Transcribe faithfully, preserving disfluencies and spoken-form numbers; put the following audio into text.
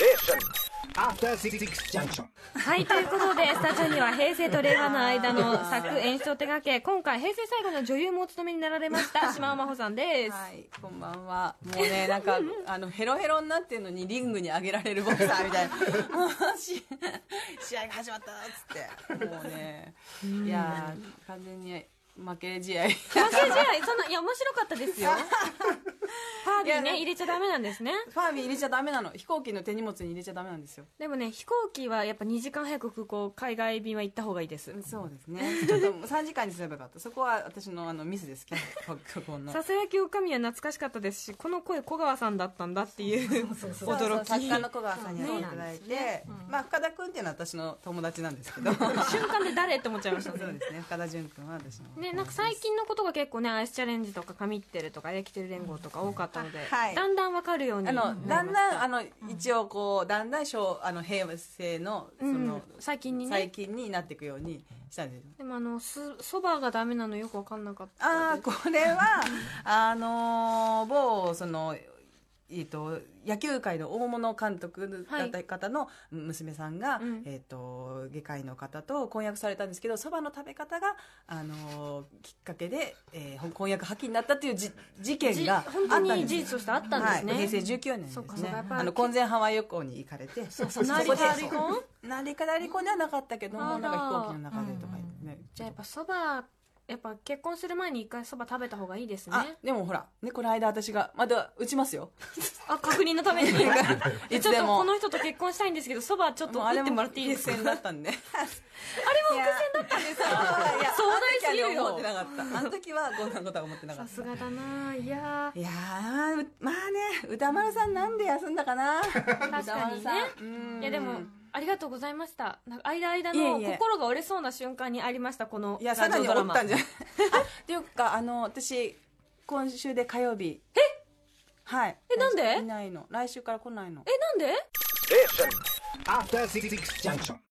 After Six Junction。 はい、ということでスタジオには平成と令和の間の作演出を手掛け、今回平成最後の女優もお務めになられました島尾真帆さんです。 はい、こんばんは。もうね、なんかあのヘロヘロになってるのにリングに上げられるボクサーみたいなもうし試合が始まったっつってもうね、いやー完全に負け試合負け試合そんないや面白かったですよ。ファービーね入れちゃダメなんですね。 ファービー入れちゃダメなの。飛行機の手荷物に入れちゃダメなんですよ。 でもね、飛行機はやっぱにじかん早く空港、海外便は行った方がいいです。 そうですね。ちょっとさんじかんにすればよかった。そこは私のあのミスですけど。 ささやきおかみは懐かしかったですし、この声小川さんだったんだっていう驚き。 作家の小川さんにやっていただいて、まあ深田君っていうのは私の友達なんですけど、 瞬間で誰って思っちゃいましたね。 そうですね。深田純君は私のね、なんか最近のことが結構ね、アイスチャレンジとか神ってるとかエキテル連合とか多かったので、だんだん分かるようにあのだんだんあの一応こうだんだん小あの平成のその最近にね最近になっていくようにしたんです。 でもあのそばがダメなのよく分かんなかった。 ああこれはあの某そのえー、と野球界の大物監督だった方の娘さんが、はい、えー、と外科医の方と婚約されたんですけど、そばの食べ方が、あのー、きっかけで、えー、婚約破棄になったっていうじ事件があったんです。 本当に事実としてあったんですね、 はい、平成じゅうきゅうねんですね。あの婚前ハワイ旅行に行かれて、 そうそう成田離婚成田離婚ではなかったけども、なんか飛行機の中でとか言ってね、うん、 じゃあやっぱそばやっぱ結婚する前に一回そば食べた方がいいですね。 あでもほら、ね、この間私がまだ打ちますよあ確認のためにいつでもこの人と結婚したいんですけどそばちょっと打ってもらっていいですか。 伏線だったんであれも伏線だったんですか。壮大すぎるよ。 思ってなかった。あの時はこんなことは思ってなかった。 さすがだな。いやいやまあね、歌丸さんなんで休んだかな。 確かにね。いやでもありがとうございました。なんか間間の心が折れそうな瞬間にありましたこのいやさらに折ったんじゃないっていうか、あの私今週で火曜日。 えはい。 えなんでいないの。来週から来ないの。 えなんで？ After Six Junction。